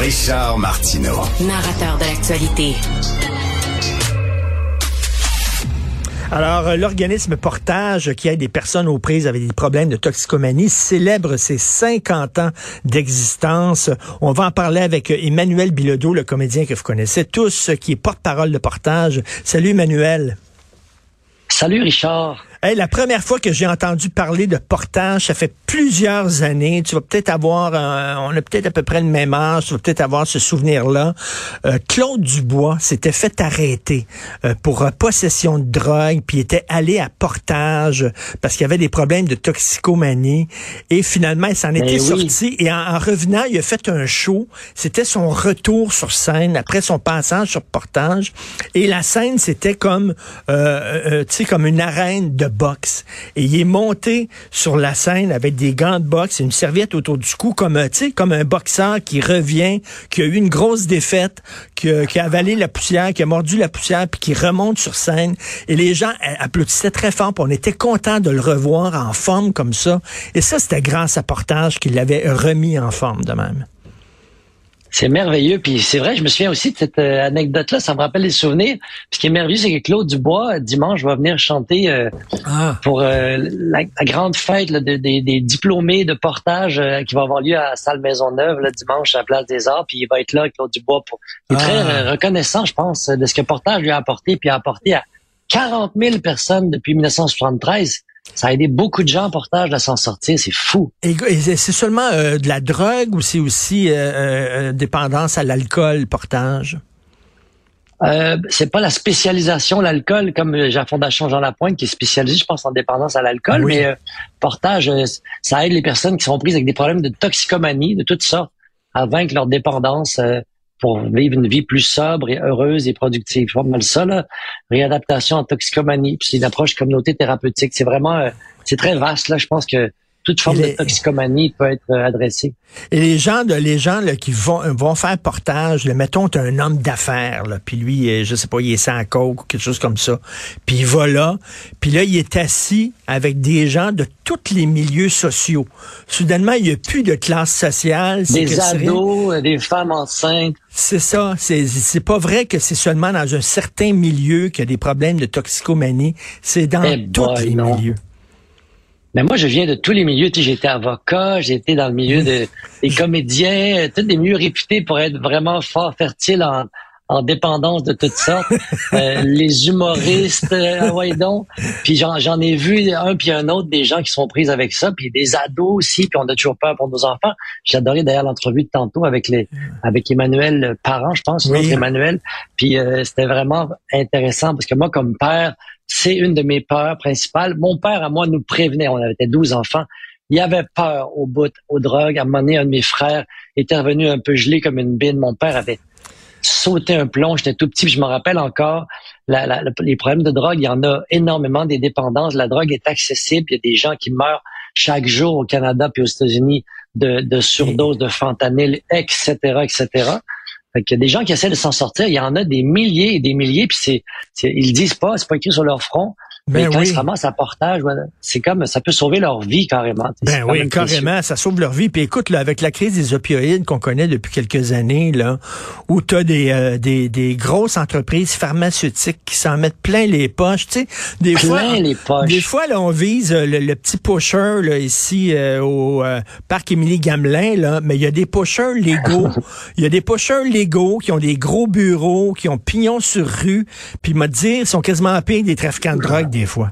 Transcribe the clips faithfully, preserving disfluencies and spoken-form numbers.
Richard Martineau. Narrateur de l'actualité. Alors, euh, l'organisme Portage, qui aide des personnes aux prises avec des problèmes de toxicomanie, célèbre ses cinquante ans d'existence. On va en parler avec Emmanuel Bilodeau, le comédien que vous connaissez tous, qui est porte-parole de Portage. Salut, Emmanuel. Salut, Richard. Hey, la première fois que j'ai entendu parler de Portage, ça fait plusieurs années. Tu vas peut-être avoir, un, on a peut-être à peu près le même âge, tu vas peut-être avoir ce souvenir-là. Euh, Claude Dubois s'était fait arrêter euh, pour euh, possession de drogue, puis était allé à Portage parce qu'il y avait des problèmes de toxicomanie. Et finalement, il s'en était oui. sorti. Et en, en revenant, il a fait un show. C'était son retour sur scène après son passage sur Portage. Et la scène, c'était comme, euh, euh, tu sais, comme une arène de boxe. Et il est monté sur la scène avec des gants de boxe et une serviette autour du cou, comme, tu sais, comme un boxeur qui revient, qui a eu une grosse défaite, qui a, qui a avalé la poussière, qui a mordu la poussière, puis qui remonte sur scène. Et les gens applaudissaient très fort, puis on était contents de le revoir en forme comme ça. Et ça, c'était grâce à Portage qu'il l'avait remis en forme de même. C'est merveilleux, puis c'est vrai, je me souviens aussi de cette euh, anecdote-là, ça me rappelle les souvenirs. Puis ce qui est merveilleux, c'est que Claude Dubois, dimanche, va venir chanter euh, ah. pour euh, la, la grande fête là, de, de, des diplômés de Portage euh, qui va avoir lieu à la salle Maisonneuve, là, dimanche, à la Place des Arts, puis il va être là, Claude Dubois. Pour... Il est ah. très euh, reconnaissant, je pense, de ce que Portage lui a apporté, puis a apporté à quarante mille personnes depuis dix-neuf cent soixante-treize. Ça a aidé beaucoup de gens en Portage à s'en sortir, c'est fou. Et, et c'est seulement euh, de la drogue ou c'est aussi euh, euh, dépendance à l'alcool, Portage? Euh, c'est pas la spécialisation, l'alcool, comme la Fondation Jean Lapointe qui est spécialisée, je pense, en dépendance à l'alcool, oui. mais euh, Portage, euh, ça aide les personnes qui sont prises avec des problèmes de toxicomanie de toutes sortes à vaincre leur dépendance euh, pour vivre une vie plus sobre et heureuse et productive. Je vois mal ça, là. Réadaptation en toxicomanie. Puis c'est une approche communauté thérapeutique. C'est vraiment, euh, c'est très vaste, là. Je pense que toute forme les... de toxicomanie peut être euh, adressée. Et les gens, de, les gens là, qui vont, vont faire Portage, là, mettons, t'as un homme d'affaires, là, puis lui, je sais pas, il est sans coke ou quelque chose comme ça. Puis il va là, puis là, il est assis avec des gens de tous les milieux sociaux. Soudainement, il n'y a plus de classe sociale. Des ados, des femmes enceintes. C'est ça. C'est, c'est pas vrai que c'est seulement dans un certain milieu qu'il y a des problèmes de toxicomanie. C'est dans eh tous boy, les non. milieux. Mais moi, je viens de tous les milieux. Tu sais, j'ai été avocat, j'ai été dans le milieu de, des comédiens, tous des milieux réputés pour être vraiment fort fertiles en, en dépendance de toutes sortes. euh, les humoristes, euh, ouais donc. Puis j'en, j'en ai vu un puis un autre des gens qui sont pris avec ça, puis des ados aussi, puis on a toujours peur pour nos enfants. J'ai adoré d'ailleurs l'entrevue de tantôt avec les avec Emmanuel Parent, je pense, oui. Emmanuel. Puis euh, c'était vraiment intéressant parce que moi, comme père, c'est une de mes peurs principales. Mon père, à moi, nous prévenait. On avait douze enfants. Il avait peur au bout, aux drogues. À un moment donné, un de mes frères était revenu un peu gelé comme une bine. Mon père avait sauté un plomb. J'étais tout petit. Puis je me rappelle encore, la, la, les problèmes de drogue, il y en a énormément, des dépendances. La drogue est accessible. Il y a des gens qui meurent chaque jour au Canada puis aux États-Unis de, de surdose de fentanyl, et cetera, et cetera. Fait qu'il y a des gens qui essaient de s'en sortir. Il y en a des milliers et des milliers, puis c'est, c'est ils le disent pas, c'est pas écrit sur leur front. Mais ben quand oui. ils se ramassent à Portage, voilà, c'est comme, ça peut sauver leur vie carrément. Ben oui, carrément, ça sauve leur vie. Puis écoute, là, avec la crise des opioïdes qu'on connaît depuis quelques années, là, où t'as des, euh, des, des grosses entreprises pharmaceutiques qui s'en mettent plein les poches, tu sais, des plein fois, les poches. Des fois, là, on vise euh, le, le petit pusher, là, ici, euh, au euh, parc Émilie-Gamelin, là, mais il y a des pushers légaux. Il y a des pushers légaux qui ont des gros bureaux, qui ont pignon sur rue, puis m'a dit, ils sont quasiment pires des trafiquants de drogue des fois.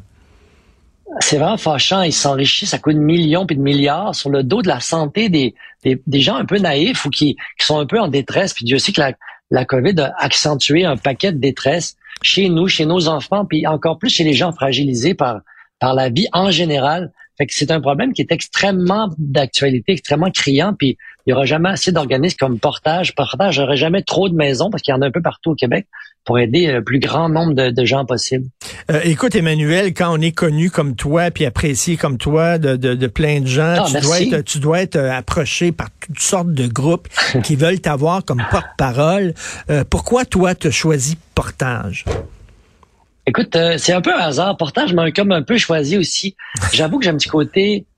C'est vraiment fâchant. Ils s'enrichissent, ça coûte millions puis de milliards sur le dos de la santé des, des, des gens un peu naïfs ou qui, qui sont un peu en détresse. Puis Dieu sait que la, la COVID a accentué un paquet de détresse chez nous, chez nos enfants, puis encore plus chez les gens fragilisés par, par la vie en général. Fait que c'est un problème qui est extrêmement d'actualité, extrêmement criant, puis il n'y aura jamais assez d'organismes comme Portage. Portage n'aurait jamais trop de maisons, parce qu'il y en a un peu partout au Québec, pour aider le plus grand nombre de, de gens possible. Euh, écoute, Emmanuel, quand on est connu comme toi, puis apprécié comme toi de, de, de plein de gens, ah, tu, merci. dois être, tu dois être approché par toutes sortes de groupes qui veulent t'avoir comme porte-parole. Euh, pourquoi toi, tu as choisi Portage? Écoute, euh, c'est un peu un hasard. Portage m'a comme un peu choisi aussi. J'avoue que j'ai un petit côté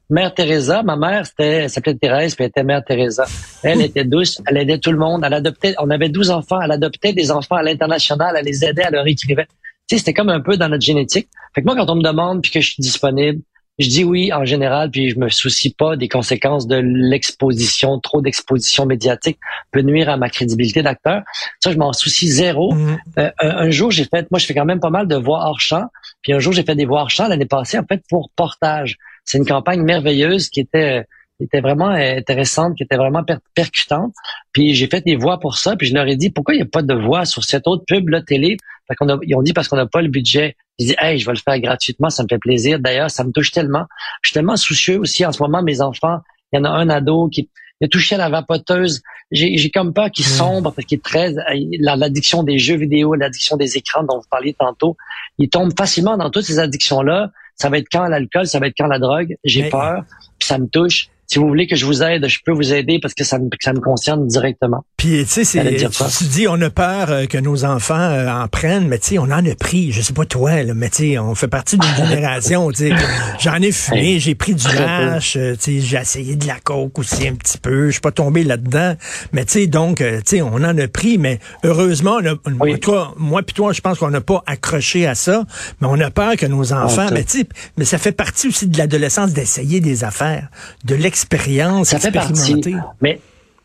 Mère Teresa, ma mère, c'était, elle s'appelait Thérèse, puis elle était Mère Teresa. Elle était douce, elle aidait tout le monde, elle adoptait, on avait douze enfants, elle adoptait des enfants à l'international, elle les aidait, elle leur écrivait. Tu sais, c'était comme un peu dans notre génétique. Fait que moi, quand on me demande puis que je suis disponible, je dis oui en général, puis je me soucie pas des conséquences de l'exposition, trop d'exposition médiatique peut nuire à ma crédibilité d'acteur. Ça, je m'en soucie zéro. Mmh. Euh, un, un jour, j'ai fait, moi, je fais quand même pas mal de voix hors champ, puis un jour, j'ai fait des voix hors champ l'année passée, en fait, pour Portage. C'est une campagne merveilleuse qui était qui était vraiment intéressante, qui était vraiment per- percutante. Puis j'ai fait des voix pour ça, puis je leur ai dit pourquoi il n'y a pas de voix sur cette autre pub là télé. Fait qu'on a, ils ont dit parce qu'on n'a pas le budget. J'ai dit hey, je vais le faire gratuitement, ça me fait plaisir. D'ailleurs, ça me touche tellement. Je suis tellement soucieux aussi en ce moment. Mes enfants, il y en a un ado qui il a touché à la vapoteuse. J'ai, j'ai comme peur qu'il sombre parce qu'il est très l'addiction des jeux vidéo, l'addiction des écrans dont vous parliez tantôt. Il tombe facilement dans toutes ces addictions là. Ça va être quand l'alcool, ça va être quand la drogue. J'ai Mais... peur, puis ça me touche. Si vous voulez que je vous aide, je peux vous aider parce que ça me, ça me concerne directement. Puis, tu sais, c'est, tu, tu dis, on a peur euh, que nos enfants euh, en prennent, mais tu sais, on en a pris. Je sais pas toi, là, mais tu sais, on fait partie d'une génération, tu sais, j'en ai fumé, j'ai pris du hash, euh, tu sais, j'ai essayé de la coke aussi un petit peu, je suis pas tombé là-dedans. Mais tu sais, donc, euh, tu sais, on en a pris, mais heureusement, on a, oui. toi, moi puis toi, je pense qu'on n'a pas accroché à ça, mais on a peur que nos enfants, okay. mais tu sais, mais ça fait partie aussi de l'adolescence d'essayer des affaires, de l'expérience. Expérience, ça fait partie, mais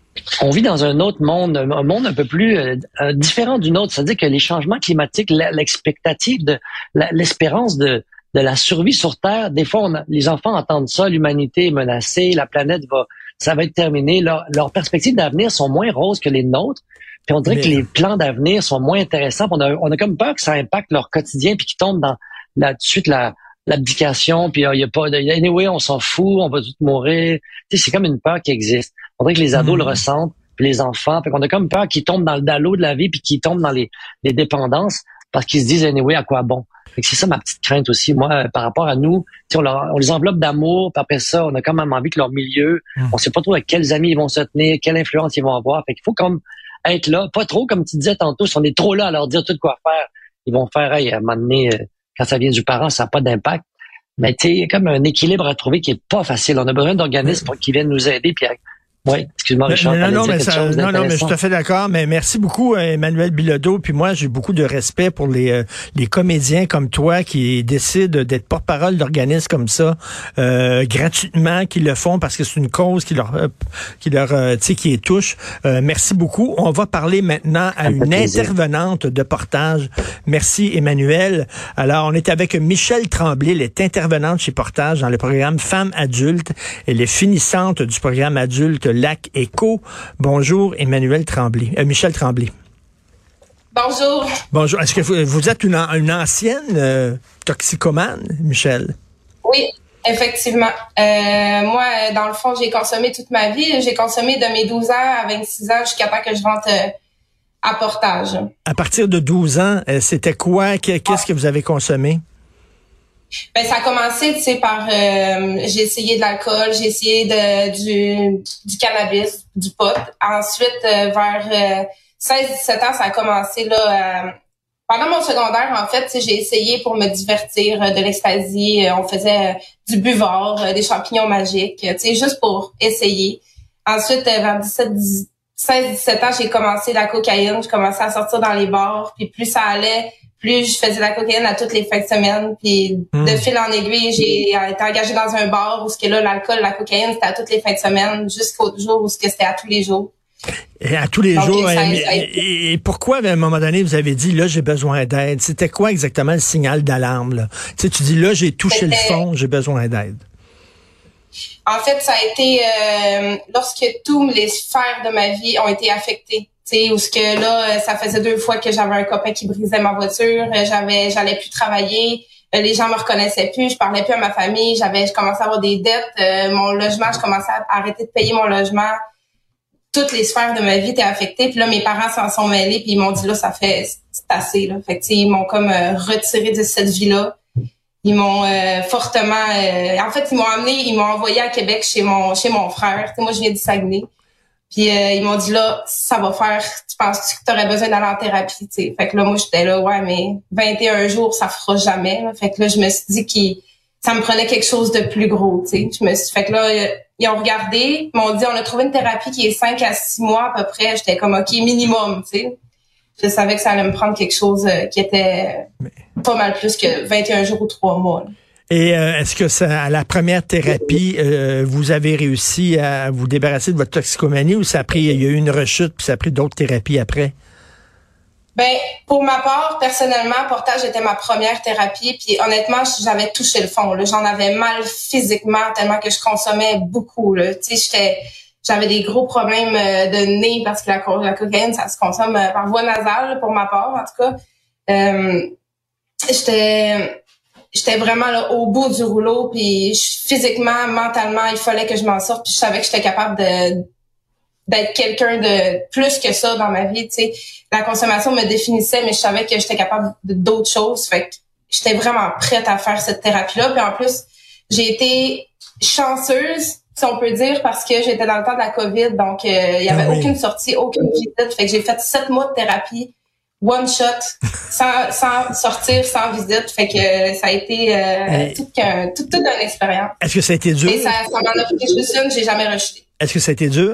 on vit dans un autre monde, un monde un peu plus euh, différent du nôtre. C'est-à-dire que les changements climatiques, l'expectative de l'espérance de, de la survie sur Terre, des fois, on a, les enfants entendent ça, l'humanité est menacée, la planète va, ça va être terminé. Leur, leurs perspectives d'avenir sont moins roses que les nôtres. Puis on dirait mais... que les plans d'avenir sont moins intéressants. On a, on a comme peur que ça impacte leur quotidien puis qu'ils tombent dans là, tout de suite la l'abdication, puis il euh, y a pas de anyway, on s'en fout, on va tous mourir. Tu sais, c'est comme une peur qui existe. On dirait que les ados mmh. le ressentent, puis les enfants, puis qu'on a comme peur qu'ils tombent dans le dallo de la vie, puis qu'ils tombent dans les, les dépendances, parce qu'ils se disent anyway à quoi bon. Fait que c'est ça ma petite crainte aussi, moi, par rapport à nous. Tu sais, on, leur, on les enveloppe d'amour, puis après ça, on a quand même envie que leur milieu, mmh. on sait pas trop avec quels amis ils vont se tenir, quelle influence ils vont avoir. Fait qu'il faut comme être là, pas trop comme tu disais tantôt, si on est trop là à leur dire tout quoi faire, ils vont faire, hey, à un moment donné, euh, quand ça vient du parent, ça n'a pas d'impact. Mais tu sais, il y a comme un équilibre à trouver qui est pas facile. On a besoin d'organismes pour qui viennent nous aider. Puis, oui, excuse-moi, Richard. Non, non, mais ça, non, non, mais je suis tout à fait d'accord. Mais merci beaucoup, Emmanuel Bilodeau. Puis moi, j'ai beaucoup de respect pour les euh, les comédiens comme toi qui décident d'être porte-parole d'organismes comme ça euh, gratuitement, qui le font parce que c'est une cause qui leur, euh, qui leur, euh, tu sais, qui les touche. Euh, merci beaucoup. On va parler maintenant à une intervenante de Portage. Merci, Emmanuel. Alors, on est avec Michèle Tremblay. Elle est intervenante chez Portage dans le programme Femmes adultes. Elle est finissante du programme adulte Lac Éco. Bonjour, Emmanuel Tremblay. Euh, Michèle Tremblay. Bonjour. Bonjour. Est-ce que vous, vous êtes une, une ancienne euh, toxicomane, Michèle? Oui, effectivement. Euh, moi, dans le fond, j'ai consommé toute ma vie. J'ai consommé de mes douze ans à vingt-six ans jusqu'à temps que je rentre euh, à Portage. À partir de douze ans, euh, c'était quoi? Qu'est-ce que vous avez consommé? Ben ça a commencé, tu sais, par euh, j'ai essayé de l'alcool, j'ai essayé de du du cannabis, du pot. Ensuite, euh, vers euh, seize dix-sept ans, ça a commencé là. Euh, pendant mon secondaire, en fait, tu sais, j'ai essayé pour me divertir euh, de l'ecstasy. Euh, on faisait euh, du buvard, euh, des champignons magiques, euh, tu sais, juste pour essayer. Ensuite, euh, vers dix-sept, seize dix-sept ans, j'ai commencé la cocaïne. Je commençais à sortir dans les bars, puis plus ça allait, plus je faisais de la cocaïne à toutes les fins de semaine. Puis mmh. de fil en aiguille, j'ai été engagée dans un bar où ce que là, l'alcool, la cocaïne, c'était à toutes les fins de semaine, jusqu'au jour où ce que c'était à tous les jours. Et à tous les Donc, jours. Ça, et, ça et, et pourquoi, à un moment donné, vous avez dit, là, j'ai besoin d'aide? C'était quoi exactement le signal d'alarme, là? Tu sais, tu dis, là, j'ai touché le fond, j'ai besoin d'aide. En fait, ça a été euh, lorsque tous les sphères de ma vie ont été affectées. Où ce que là, ça faisait deux fois que j'avais un copain qui brisait ma voiture, j'avais, j'allais plus travailler, les gens me reconnaissaient plus, je parlais plus à ma famille, j'avais, je commençais à avoir des dettes, euh, mon logement, je commençais à arrêter de payer mon logement. Toutes les sphères de ma vie étaient affectées, puis là, mes parents s'en sont mêlés, puis ils m'ont dit là, ça fait, c'est assez, là. Fait que, ils m'ont comme euh, retiré de cette vie-là. Ils m'ont euh, fortement, euh, en fait, ils m'ont amené, ils m'ont envoyé à Québec chez mon, chez mon frère. T'sais, moi, je viens du Saguenay. Puis euh, ils m'ont dit là, ça va faire, tu penses que tu aurais besoin d'aller en thérapie, tu sais. Fait que là, moi, j'étais là, ouais, mais vingt et un jours, ça fera jamais. Là. Fait que là, je me suis dit qu'il ça me prenait quelque chose de plus gros, tu sais. Je me suis fait que là, ils ont regardé, ils m'ont dit, on a trouvé une thérapie qui est cinq à six mois à peu près. J'étais comme, OK, minimum, tu sais. Je savais que ça allait me prendre quelque chose qui était pas mal plus que vingt et un jours ou trois mois. Là. Et euh, est-ce que ça, à la première thérapie, euh, vous avez réussi à vous débarrasser de votre toxicomanie ou ça a pris, il y a eu une rechute puis ça a pris d'autres thérapies après? Ben, pour ma part, personnellement, Portage était ma première thérapie. Puis honnêtement, j'avais touché le fond. Là. J'en avais mal physiquement tellement que je consommais beaucoup. Là. Tu sais, j'étais, j'avais des gros problèmes de nez parce que la, la cocaïne, ça se consomme par voie nasale, pour ma part, en tout cas. Euh, j'étais, j'étais vraiment là au bout du rouleau. Puis physiquement, mentalement, il fallait que je m'en sorte. Puis je savais que j'étais capable de d'être quelqu'un de plus que ça dans ma vie, tu sais. La consommation me définissait, mais je savais que j'étais capable de d'autres choses. Fait que j'étais vraiment prête à faire cette thérapie-là. Puis en plus, j'ai été chanceuse, si on peut dire, parce que j'étais dans le temps de la COVID. Donc, il euh, y avait ah oui. aucune sortie, aucune visite. Fait que j'ai fait sept mois de thérapie, one shot, sans, sans sortir, sans visite. Fait que euh, ça a été euh, hey. toute, qu'un, toute, toute une expérience. Est-ce que ça a été dur? Et ça, ça m'en a fait juste une, j'ai jamais rejeté. Est-ce que ça a été dur?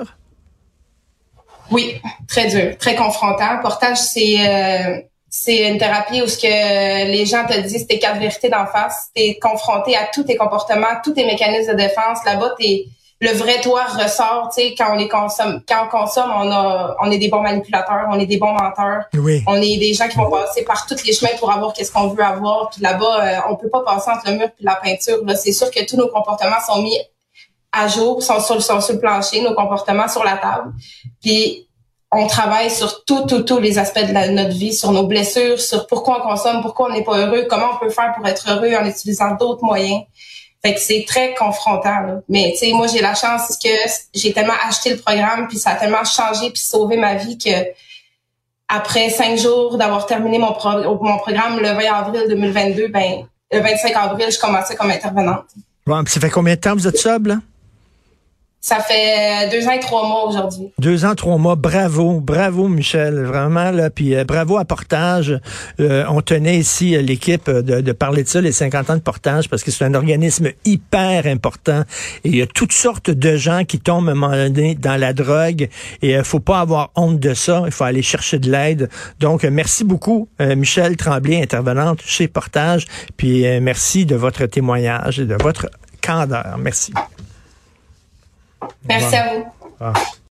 Oui, très dur, très confrontant. Portage, c'est euh, c'est une thérapie où ce que les gens te disent tes quatre vérités d'en face. T'es confronté à tous tes comportements, tous tes mécanismes de défense. Là-bas, t'es le vrai toi ressort. Tu sais, quand on les consomme, quand on consomme, on a, on est des bons manipulateurs, on est des bons menteurs. Oui. On est des gens qui vont passer par tous les chemins pour avoir qu'est-ce qu'on veut avoir. Puis là-bas, euh, on peut pas passer entre le mur puis la peinture. Là, c'est sûr que tous nos comportements sont mis à jour, sont sur, sont sur le plancher, nos comportements sur la table. Puis, on travaille sur tout, tout, tous les aspects de la, notre vie, sur nos blessures, sur pourquoi on consomme, pourquoi on n'est pas heureux, comment on peut faire pour être heureux en utilisant d'autres moyens. Fait que c'est très confrontant, là. Mais, tu sais, moi, j'ai la chance que j'ai tellement acheté le programme, puis ça a tellement changé puis sauvé ma vie que après cinq jours d'avoir terminé mon, pro- mon programme le vingt avril deux mille vingt-deux, ben, le vingt-cinq avril, je commençais comme intervenante. Bon, ça fait combien de temps vous êtes sobre, là? Ça fait deux ans et trois mois aujourd'hui. Deux ans, trois mois. Bravo, bravo, Michel, vraiment là. Puis euh, bravo à Portage. Euh, on tenait ici euh, l'équipe de, de parler de ça, les cinquante ans de Portage, parce que c'est un organisme hyper important. Et il y a toutes sortes de gens qui tombent à un moment donné dans la drogue. Et il euh, faut pas avoir honte de ça. Il faut aller chercher de l'aide. Donc, euh, merci beaucoup, euh, Michel Tremblay, intervenante chez Portage. Puis euh, merci de votre témoignage et de votre candeur. Merci. Merci bon. à vous. Ah.